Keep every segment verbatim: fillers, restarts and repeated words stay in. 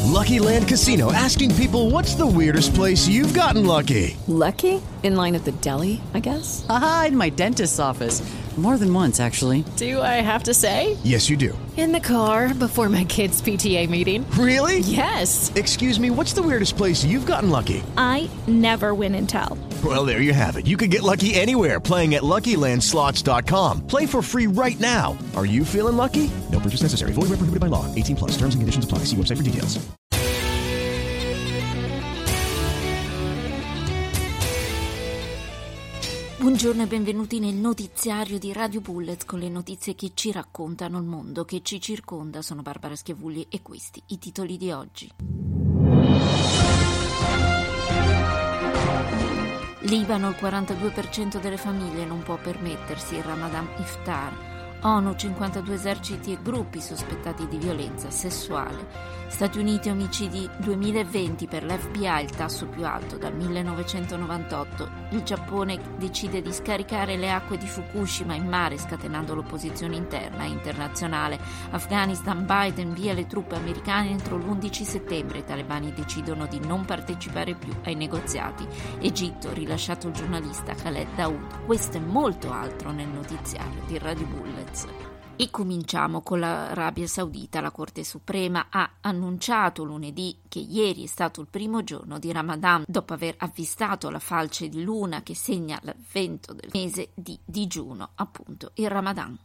Lucky Land Casino, asking people, what's the weirdest place you've gotten lucky? Lucky? In line at the deli, I guess? Aha, in my dentist's office. More than once, actually. Do I have to say? Yes, you do. In the car before my kids' P T A meeting. Really? Yes. Excuse me, what's the weirdest place you've gotten lucky? I never win and tell. Well, there you have it. You can get lucky anywhere, playing at Lucky Land Slots dot com. Play for free right now. Are you feeling lucky? No purchase necessary. Void where prohibited by law. eighteen plus. Terms and conditions apply. See website for details. Buongiorno e benvenuti nel notiziario di Radio Bullet con le notizie che ci raccontano il mondo che ci circonda. Sono Barbara Schiavulli e questi i titoli di oggi. Libano, il quarantadue per cento delle famiglie non può permettersi il Ramadan Iftar. ONU, cinquantadue eserciti e gruppi sospettati di violenza sessuale. Stati Uniti, omicidi duemilaventi per l'F B I, il tasso più alto dal millenovecentonovantotto. Il Giappone decide di scaricare le acque di Fukushima in mare, scatenando l'opposizione interna e internazionale. Afghanistan, Biden via le truppe americane entro l'undici settembre. I talebani decidono di non partecipare più ai negoziati. Egitto, rilasciato il giornalista Khaled Daoud. Questo e molto altro nel notiziario di Radio Bullet. E cominciamo con l'Arabia Saudita. La Corte Suprema ha annunciato lunedì che ieri è stato il primo giorno di Ramadan, dopo aver avvistato la falce di luna che segna l'avvento del mese di digiuno, appunto il Ramadan.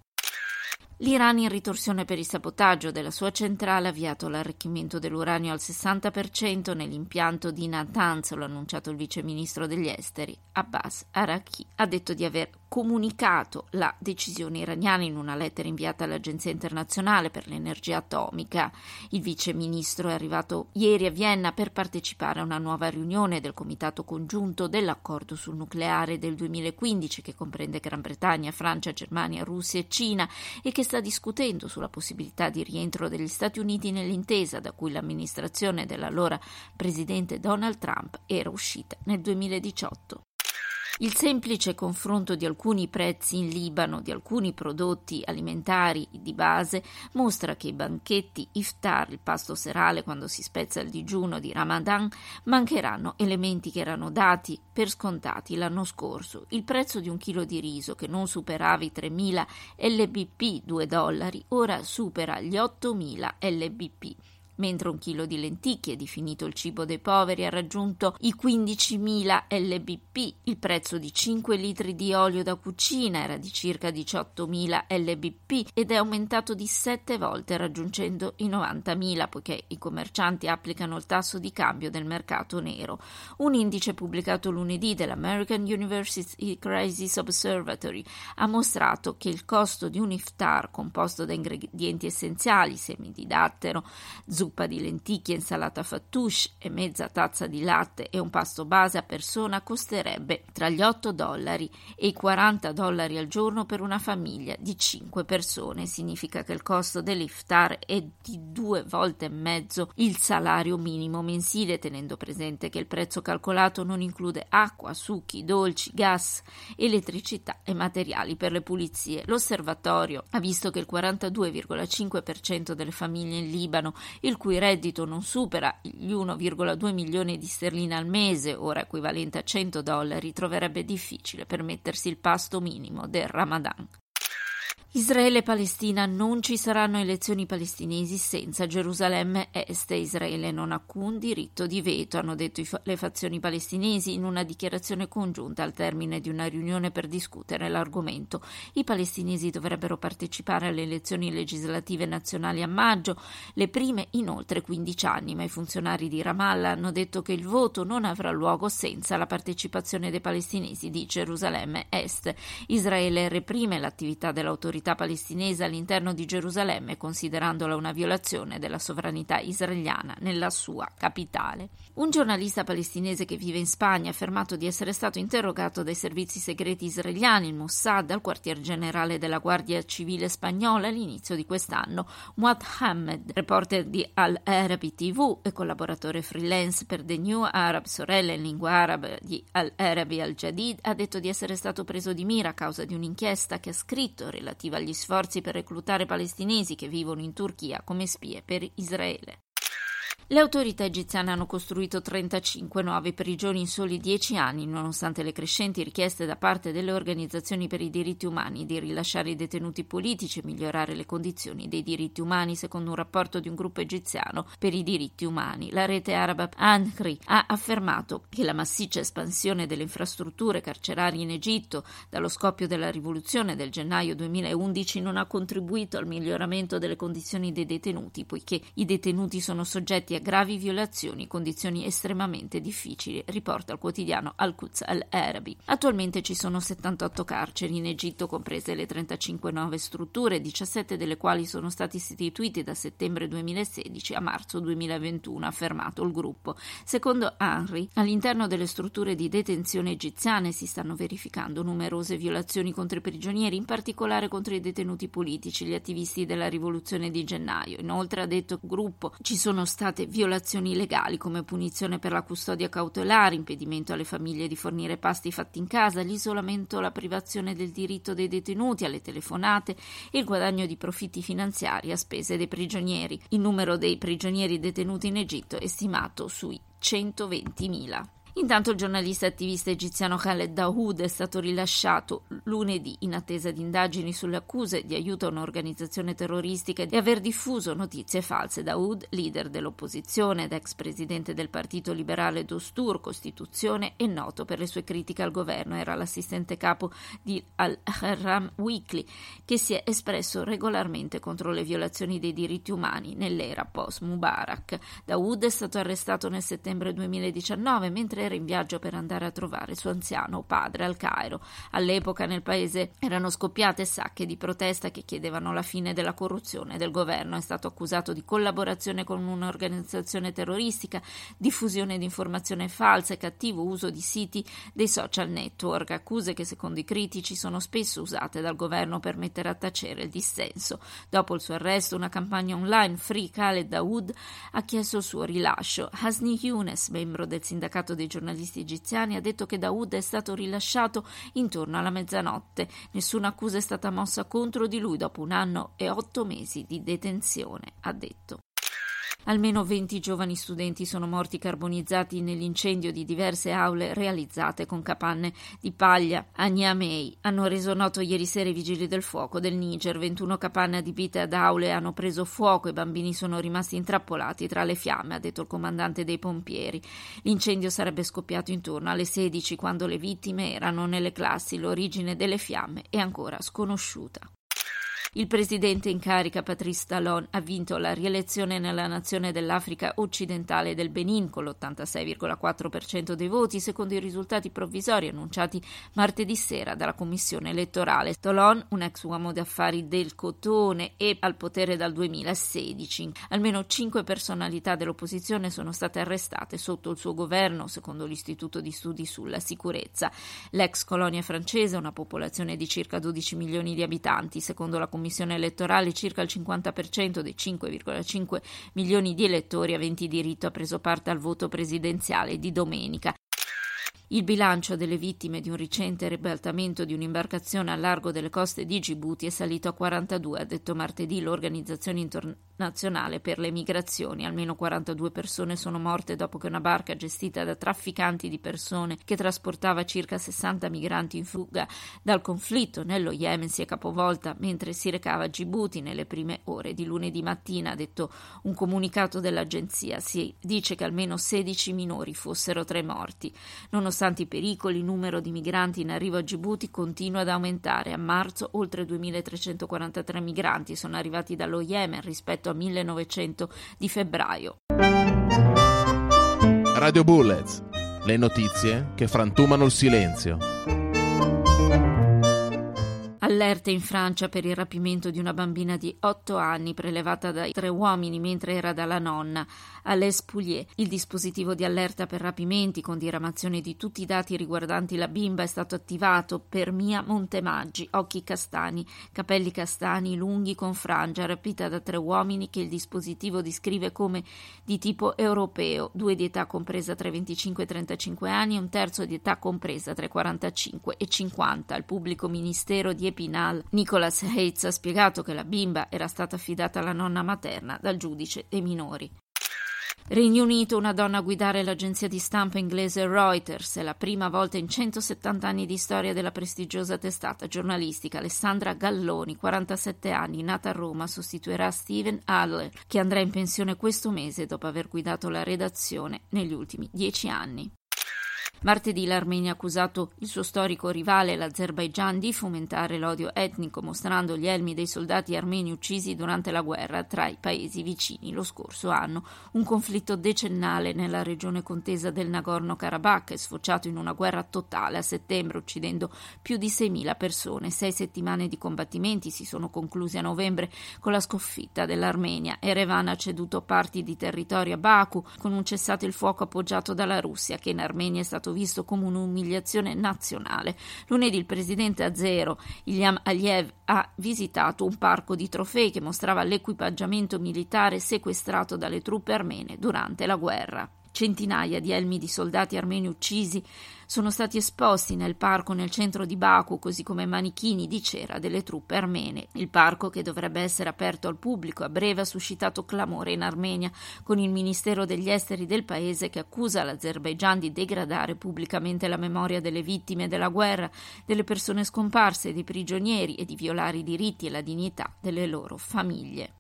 L'Iran, in ritorsione per il sabotaggio della sua centrale, ha avviato l'arricchimento dell'uranio al sessanta per cento nell'impianto di Natanz. Lo ha annunciato il vice ministro degli esteri Abbas Araqchi. Ha detto di aver comunicato la decisione iraniana in una lettera inviata all'Agenzia internazionale per l'energia atomica. Il vice ministro è arrivato ieri a Vienna per partecipare a una nuova riunione del Comitato Congiunto dell'Accordo sul nucleare del duemilaquindici, che comprende Gran Bretagna, Francia, Germania, Russia e Cina, e che sta discutendo sulla possibilità di rientro degli Stati Uniti nell'intesa da cui l'amministrazione dell'allora presidente Donald Trump era uscita nel duemiladiciotto. Il semplice confronto di alcuni prezzi in Libano di alcuni prodotti alimentari di base mostra che i banchetti iftar, il pasto serale quando si spezza il digiuno di Ramadan, mancheranno elementi che erano dati per scontati l'anno scorso. Il prezzo di un chilo di riso, che non superava i tremila L B P, due dollari, ora supera gli ottomila L B P. Mentre un chilo di lenticchie, definito il cibo dei poveri, ha raggiunto i quindicimila L B P. Il prezzo di cinque litri di olio da cucina era di circa diciottomila L B P ed è aumentato di sette volte, raggiungendo i novantamila, poiché i commercianti applicano il tasso di cambio del mercato nero. Un indice pubblicato lunedì dall'American University Crisis Observatory ha mostrato che il costo di un iftar composto da ingredienti essenziali, semi di dattero, zuppa di lenticchie, insalata fattoush e mezza tazza di latte e un pasto base a persona costerebbe tra gli otto dollari e i quaranta dollari al giorno per una famiglia di cinque persone. Significa che il costo dell'iftar è di due volte e mezzo il salario minimo mensile, tenendo presente che il prezzo calcolato non include acqua, succhi, dolci, gas, elettricità e materiali per le pulizie. L'osservatorio ha visto che il quarantadue virgola cinque per cento delle famiglie in Libano, il cui reddito non supera gli uno virgola due milioni di sterline al mese, ora equivalente a cento dollari, troverebbe difficile permettersi il pasto minimo del Ramadan. Israele e Palestina: non ci saranno elezioni palestinesi senza Gerusalemme Est. Israele non ha alcun diritto di veto, hanno detto le fazioni palestinesi in una dichiarazione congiunta al termine di una riunione per discutere l'argomento. I palestinesi dovrebbero partecipare alle elezioni legislative nazionali a maggio, le prime in oltre quindici anni, ma i funzionari di Ramallah hanno detto che il voto non avrà luogo senza la partecipazione dei palestinesi di Gerusalemme Est. Israele reprime l'attività dell'autorità palestinese all'interno di Gerusalemme, considerandola una violazione della sovranità israeliana nella sua capitale. Un giornalista palestinese che vive in Spagna ha affermato di essere stato interrogato dai servizi segreti israeliani, il Mossad, al quartier generale della Guardia Civile spagnola all'inizio di quest'anno. Muad Hammed, reporter di Al Arabi tivù e collaboratore freelance per The New Arab, sorella in lingua araba di Al Arabi Al Jadid, ha detto di essere stato preso di mira a causa di un'inchiesta che ha scritto relativa agli sforzi per reclutare palestinesi che vivono in Turchia come spie per Israele. Le autorità egiziane hanno costruito trentacinque nuove prigioni in soli dieci anni, nonostante le crescenti richieste da parte delle organizzazioni per i diritti umani di rilasciare i detenuti politici e migliorare le condizioni dei diritti umani, secondo un rapporto di un gruppo egiziano per i diritti umani. La rete araba Anhri ha affermato che la massiccia espansione delle infrastrutture carcerarie in Egitto dallo scoppio della rivoluzione del gennaio duemilaundici non ha contribuito al miglioramento delle condizioni dei detenuti, poiché i detenuti sono soggetti a gravi violazioni, condizioni estremamente difficili, riporta il quotidiano Al-Quds Al-Arabi. Attualmente ci sono settantotto carceri in Egitto, comprese le trentacinque nuove strutture, diciassette delle quali sono stati istituiti da settembre duemilasedici a marzo duemilaventuno, ha affermato il gruppo. Secondo Henry, all'interno delle strutture di detenzione egiziane si stanno verificando numerose violazioni contro i prigionieri, in particolare contro i detenuti politici, gli attivisti della rivoluzione di gennaio. Inoltre, ha detto il gruppo, ci sono state violazioni legali come punizione per la custodia cautelare, impedimento alle famiglie di fornire pasti fatti in casa, l'isolamento, la privazione del diritto dei detenuti alle telefonate e il guadagno di profitti finanziari a spese dei prigionieri. Il numero dei prigionieri detenuti in Egitto è stimato sui centoventimila. Intanto il giornalista attivista egiziano Khaled Daoud è stato rilasciato lunedì in attesa di indagini sulle accuse di aiuto a un'organizzazione terroristica e di aver diffuso notizie false. Daoud, leader dell'opposizione ed ex presidente del partito liberale Dostur, Costituzione, è noto per le sue critiche al governo. Era l'assistente capo di Al-Ahram Weekly, che si è espresso regolarmente contro le violazioni dei diritti umani nell'era post-Mubarak. Daoud è stato arrestato nel settembre duemiladiciannove mentre era in viaggio per andare a trovare il suo anziano padre al Cairo. All'epoca nel paese erano scoppiate sacche di protesta che chiedevano la fine della corruzione del governo. È stato accusato di collaborazione con un'organizzazione terroristica, diffusione di informazioni false e cattivo uso di siti dei social network, accuse che secondo i critici sono spesso usate dal governo per mettere a tacere il dissenso. Dopo il suo arresto, una campagna online Free Khaled Daoud ha chiesto il suo rilascio. Hasni Younes, membro del sindacato dei giornalisti egiziani, ha detto che Daoud è stato rilasciato intorno alla mezzanotte. Nessuna accusa è stata mossa contro di lui dopo un anno e otto mesi di detenzione, ha detto. Almeno venti giovani studenti sono morti carbonizzati nell'incendio di diverse aule realizzate con capanne di paglia a Niamey. Hanno reso noto ieri sera i vigili del fuoco del Niger. ventuno capanne adibite ad aule hanno preso fuoco e bambini sono rimasti intrappolati tra le fiamme, ha detto il comandante dei pompieri. L'incendio sarebbe scoppiato intorno alle sedici, quando le vittime erano nelle classi. L'origine delle fiamme è ancora sconosciuta. Il presidente in carica Patrice Talon ha vinto la rielezione nella nazione dell'Africa occidentale del Benin con l'ottantasei virgola quattro per cento dei voti, secondo i risultati provvisori annunciati martedì sera dalla commissione elettorale. Talon, un ex uomo d'affari del cotone, è al potere dal duemilasedici. Almeno cinque personalità dell'opposizione sono state arrestate sotto il suo governo, secondo l'Istituto di Studi sulla Sicurezza. L'ex colonia francese ha una popolazione di circa dodici milioni di abitanti, secondo la commissione elettorale circa il cinquanta per cento dei cinque virgola cinque milioni di elettori aventi diritto ha preso parte al voto presidenziale di domenica. Il bilancio delle vittime di un recente ribaltamento di un'imbarcazione al largo delle coste di Gibuti è salito a quarantadue, ha detto martedì l'Organizzazione Internazionale per le Migrazioni. Almeno quarantadue persone sono morte dopo che una barca gestita da trafficanti di persone che trasportava circa sessanta migranti in fuga dal conflitto nello Yemen si è capovolta mentre si recava a Gibuti nelle prime ore di lunedì mattina, ha detto un comunicato dell'agenzia. Si dice che almeno sedici minori fossero tra i morti. Nonostante Nonostante i pericoli, il numero di migranti in arrivo a Gibuti continua ad aumentare. A marzo oltre duemilatrecentoquarantatré migranti sono arrivati dallo Yemen rispetto a millenovecento di febbraio. Radio Bullets, le notizie che frantumano il silenzio. Allerta in Francia per il rapimento di una bambina di otto anni prelevata dai tre uomini mentre era dalla nonna a Les Pouliers. Il dispositivo di allerta per rapimenti con diramazione di tutti i dati riguardanti la bimba è stato attivato per Mia Montemaggi, occhi castani, capelli castani lunghi con frangia, rapita da tre uomini che il dispositivo descrive come di tipo europeo, due di età compresa tra i venticinque e i trentacinque anni e un terzo di età compresa tra i quarantacinque e i cinquanta. Il pubblico ministero di Epinal, Nicolas Heitz, ha spiegato che la bimba era stata affidata alla nonna materna dal giudice dei minori. Regno Unito, una donna a guidare l'agenzia di stampa inglese Reuters. È la prima volta in centosettanta anni di storia della prestigiosa testata giornalistica. Alessandra Galloni, quarantasette anni, nata a Roma, sostituirà Steven Adler, che andrà in pensione questo mese dopo aver guidato la redazione negli ultimi dieci anni. Martedì l'Armenia ha accusato il suo storico rivale, l'Azerbaigian, di fomentare l'odio etnico, mostrando gli elmi dei soldati armeni uccisi durante la guerra tra i paesi vicini lo scorso anno. Un conflitto decennale nella regione contesa del Nagorno-Karabakh è sfociato in una guerra totale a settembre, uccidendo più di seimila persone. Sei settimane di combattimenti si sono concluse a novembre con la sconfitta dell'Armenia. Erevan ha ceduto parti di territorio a Baku con un cessate il fuoco appoggiato dalla Russia, che in Armenia è stato visto come un'umiliazione nazionale. Lunedì il presidente azero Ilham Aliyev ha visitato un parco di trofei che mostrava l'equipaggiamento militare sequestrato dalle truppe armene durante la guerra. Centinaia di elmi di soldati armeni uccisi sono stati esposti nel parco nel centro di Baku, così come manichini di cera delle truppe armene. Il parco, che dovrebbe essere aperto al pubblico a breve, ha suscitato clamore in Armenia, con il Ministero degli Esteri del paese che accusa l'Azerbaigian di degradare pubblicamente la memoria delle vittime della guerra, delle persone scomparse, dei prigionieri e di violare i diritti e la dignità delle loro famiglie.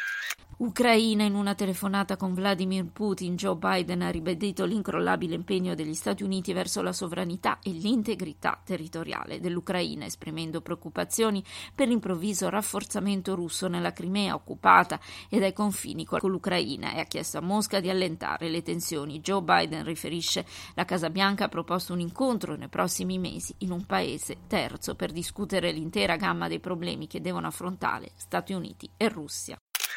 Ucraina. In una telefonata con Vladimir Putin, Joe Biden ha ribadito l'incrollabile impegno degli Stati Uniti verso la sovranità e l'integrità territoriale dell'Ucraina, esprimendo preoccupazioni per l'improvviso rafforzamento russo nella Crimea occupata e dai confini con l'Ucraina, e ha chiesto a Mosca di allentare le tensioni. Joe Biden, riferisce la Casa Bianca, ha proposto un incontro nei prossimi mesi in un paese terzo per discutere l'intera gamma dei problemi che devono affrontare Stati Uniti e Russia.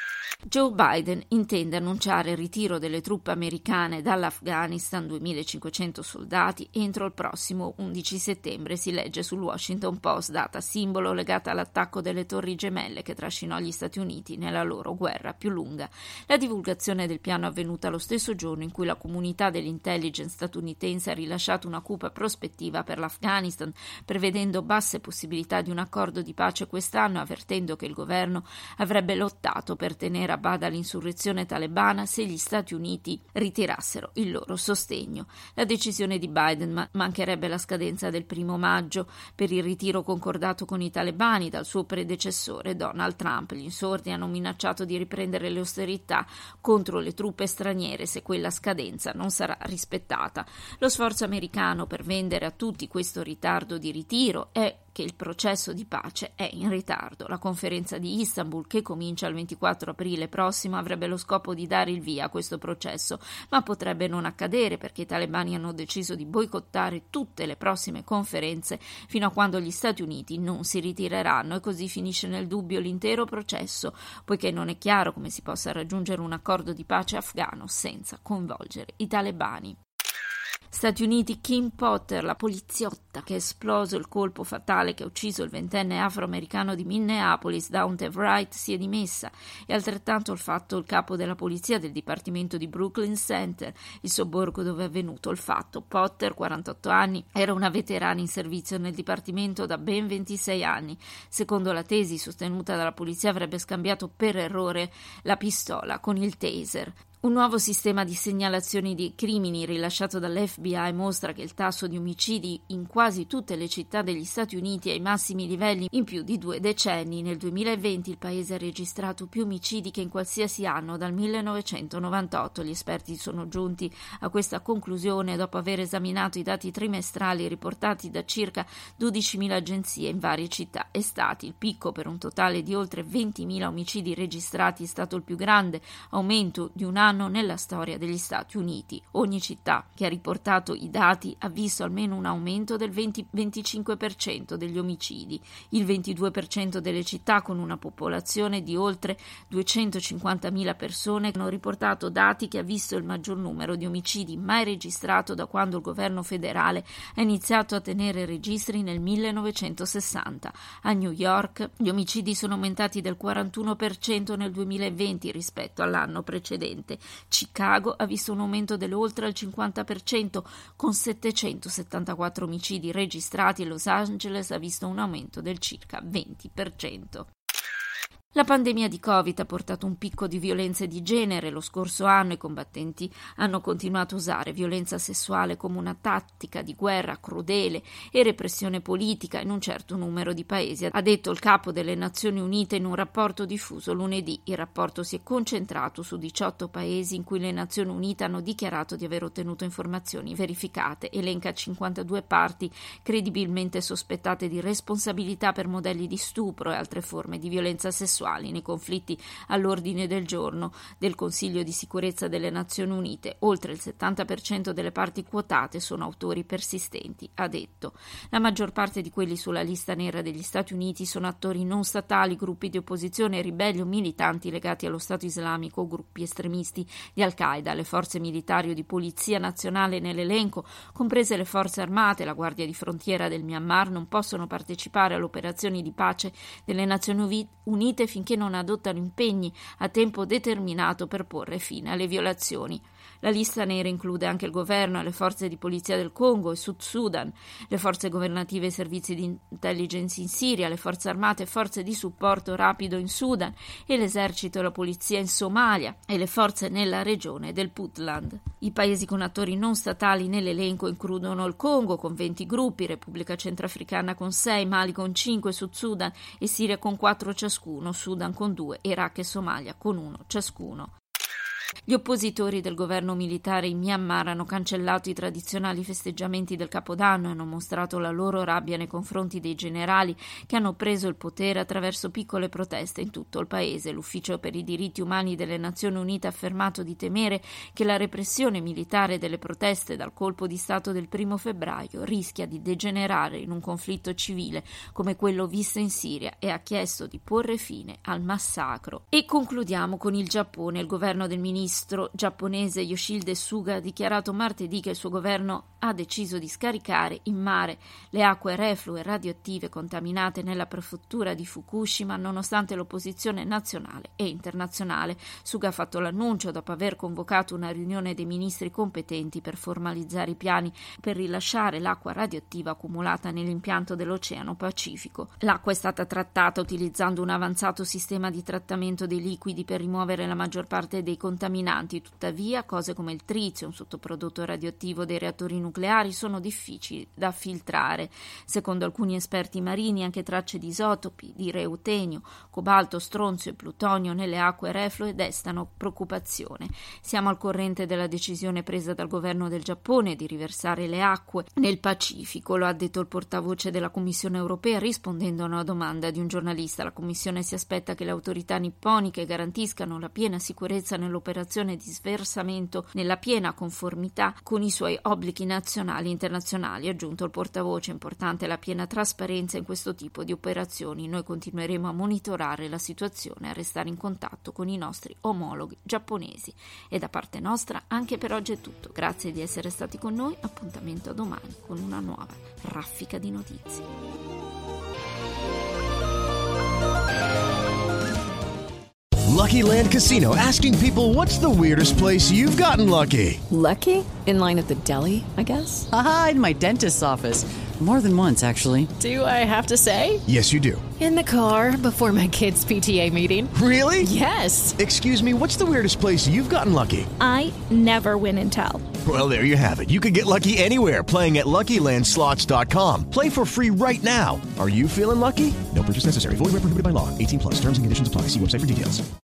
Joe Biden intende annunciare il ritiro delle truppe americane dall'Afghanistan, duemilacinquecento soldati, entro il prossimo undici settembre, si legge sul Washington Post, data simbolo legata all'attacco delle Torri Gemelle che trascinò gli Stati Uniti nella loro guerra più lunga. La divulgazione del piano è avvenuta lo stesso giorno in cui la comunità dell'intelligence statunitense ha rilasciato una cupa prospettiva per l'Afghanistan, prevedendo basse possibilità di un accordo di pace quest'anno, avvertendo che il governo avrebbe lottato per tenere a bada l'insurrezione talebana se gli Stati Uniti ritirassero il loro sostegno. La decisione di Biden ma- mancherebbe la scadenza del primo maggio per il ritiro concordato con i talebani dal suo predecessore Donald Trump. Gli insorti hanno minacciato di riprendere le austerità contro le truppe straniere se quella scadenza non sarà rispettata. Lo sforzo americano per vendere a tutti questo ritardo di ritiro è che il processo di pace è in ritardo. La conferenza di Istanbul, che comincia il ventiquattro aprile prossimo, avrebbe lo scopo di dare il via a questo processo, ma potrebbe non accadere perché i talebani hanno deciso di boicottare tutte le prossime conferenze fino a quando gli Stati Uniti non si ritireranno, e così finisce nel dubbio l'intero processo, poiché non è chiaro come si possa raggiungere un accordo di pace afghano senza coinvolgere i talebani. Stati Uniti. Kim Potter, la poliziotta che ha esploso il colpo fatale che ha ucciso il ventenne afroamericano di Minneapolis, Daunte Wright, si è dimessa, e altrettanto il fatto il capo della polizia del dipartimento di Brooklyn Center, il sobborgo dove è avvenuto il fatto. Potter, quarantotto anni, era una veterana in servizio nel dipartimento da ben ventisei anni. Secondo la tesi sostenuta dalla polizia, avrebbe scambiato per errore la pistola con il taser. Un nuovo sistema di segnalazioni di crimini rilasciato dall'F B I mostra che il tasso di omicidi in quasi tutte le città degli Stati Uniti è ai massimi livelli in più di due decenni. Nel duemilaventi il paese ha registrato più omicidi che in qualsiasi anno dal millenovecentonovantotto. Gli esperti sono giunti a questa conclusione dopo aver esaminato i dati trimestrali riportati da circa dodicimila agenzie in varie città e stati. Il picco, per un totale di oltre ventimila omicidi registrati, è stato il più grande aumento di un anno nella storia degli Stati Uniti. Ogni città che ha riportato i dati ha visto almeno un aumento del venti venticinque per cento degli omicidi. Il ventidue per cento delle città con una popolazione di oltre duecentocinquantamila persone hanno riportato dati che ha visto il maggior numero di omicidi mai registrato da quando il governo federale ha iniziato a tenere registri nel millenovecentosessanta. A New York gli omicidi sono aumentati del quarantuno per cento nel duemilaventi rispetto all'anno precedente. Chicago ha visto un aumento dell'oltre al cinquanta per cento con settecentosettantaquattro omicidi registrati, e Los Angeles ha visto un aumento del circa venti per cento. La pandemia di Covid ha portato un picco di violenze di genere. Lo scorso anno i combattenti hanno continuato a usare violenza sessuale come una tattica di guerra crudele e repressione politica in un certo numero di paesi, ha detto il capo delle Nazioni Unite in un rapporto diffuso lunedì. Il rapporto si è concentrato su diciotto paesi in cui le Nazioni Unite hanno dichiarato di aver ottenuto informazioni verificate. Elenca cinquantadue parti credibilmente sospettate di responsabilità per modelli di stupro e altre forme di violenza sessuale nei conflitti all'ordine del giorno del Consiglio di sicurezza delle Nazioni Unite. Oltre il settanta per cento delle parti quotate sono autori persistenti, ha detto. La maggior parte di quelli sulla lista nera degli Stati Uniti sono attori non statali, gruppi di opposizione, ribelli o militanti legati allo Stato islamico o gruppi estremisti di Al-Qaeda. Le forze militari o di polizia nazionale nell'elenco, comprese le forze armate, la Guardia di Frontiera del Myanmar, non possono partecipare alle operazioni di pace delle Nazioni Unite finché non adottano impegni a tempo determinato per porre fine alle violazioni. La lista nera include anche il governo e le forze di polizia del Congo e Sud Sudan, le forze governative e i servizi di intelligence in Siria, le forze armate e forze di supporto rapido in Sudan e l'esercito e la polizia in Somalia e le forze nella regione del Puntland. I paesi con attori non statali nell'elenco includono il Congo con venti gruppi, Repubblica Centrafricana con sei, Mali con cinque, Sud Sudan e Siria con quattro ciascuno, Sudan con due, Iraq e Somalia con uno ciascuno. Gli oppositori del governo militare in Myanmar hanno cancellato i tradizionali festeggiamenti del Capodanno e hanno mostrato la loro rabbia nei confronti dei generali che hanno preso il potere attraverso piccole proteste in tutto il paese. L'Ufficio per i diritti umani delle Nazioni Unite ha affermato di temere che la repressione militare delle proteste dal colpo di Stato del primo febbraio rischia di degenerare in un conflitto civile come quello visto in Siria e ha chiesto di porre fine al massacro. E concludiamo con il Giappone. Il governo del ministro Il ministro giapponese Yoshihide Suga ha dichiarato martedì che il suo governo ha deciso di scaricare in mare le acque reflue radioattive contaminate nella prefettura di Fukushima nonostante l'opposizione nazionale e internazionale. Suga ha fatto l'annuncio dopo aver convocato una riunione dei ministri competenti per formalizzare i piani per rilasciare l'acqua radioattiva accumulata nell'impianto dell'Oceano Pacifico. L'acqua è stata trattata utilizzando un avanzato sistema di trattamento dei liquidi per rimuovere la maggior parte dei contaminanti. Tuttavia, cose come il trizio, un sottoprodotto radioattivo dei reattori nucleari, sono difficili da filtrare. Secondo alcuni esperti marini, anche tracce di isotopi di reutenio, cobalto, stronzio e plutonio nelle acque reflue destano preoccupazione. Siamo al corrente della decisione presa dal governo del Giappone di riversare le acque nel Pacifico, lo ha detto il portavoce della Commissione europea rispondendo a una domanda di un giornalista. La Commissione si aspetta che le autorità nipponiche garantiscano la piena sicurezza nell'operazione di sversamento nella piena conformità con i suoi obblighi nazionali e internazionali. Ha aggiunto il portavoce: importante la piena trasparenza in questo tipo di operazioni. Noi continueremo a monitorare la situazione e a restare in contatto con i nostri omologhi giapponesi. E da parte nostra anche per oggi è tutto. Grazie di essere stati con noi. Appuntamento a domani con una nuova raffica di notizie. Lucky Land Casino, asking people, what's the weirdest place you've gotten lucky? Lucky? In line at the deli, I guess? Aha, in my dentist's office. More than once, actually. Do I have to say? Yes, you do. In the car before my kids' P T A meeting. Really? Yes. Excuse me, what's the weirdest place you've gotten lucky? I never win and tell. Well, there you have it. You can get lucky anywhere, playing at Lucky Land Slots dot com. Play for free right now. Are you feeling lucky? No purchase necessary. Void where prohibited by law. eighteen plus. Terms and conditions apply. See website for details.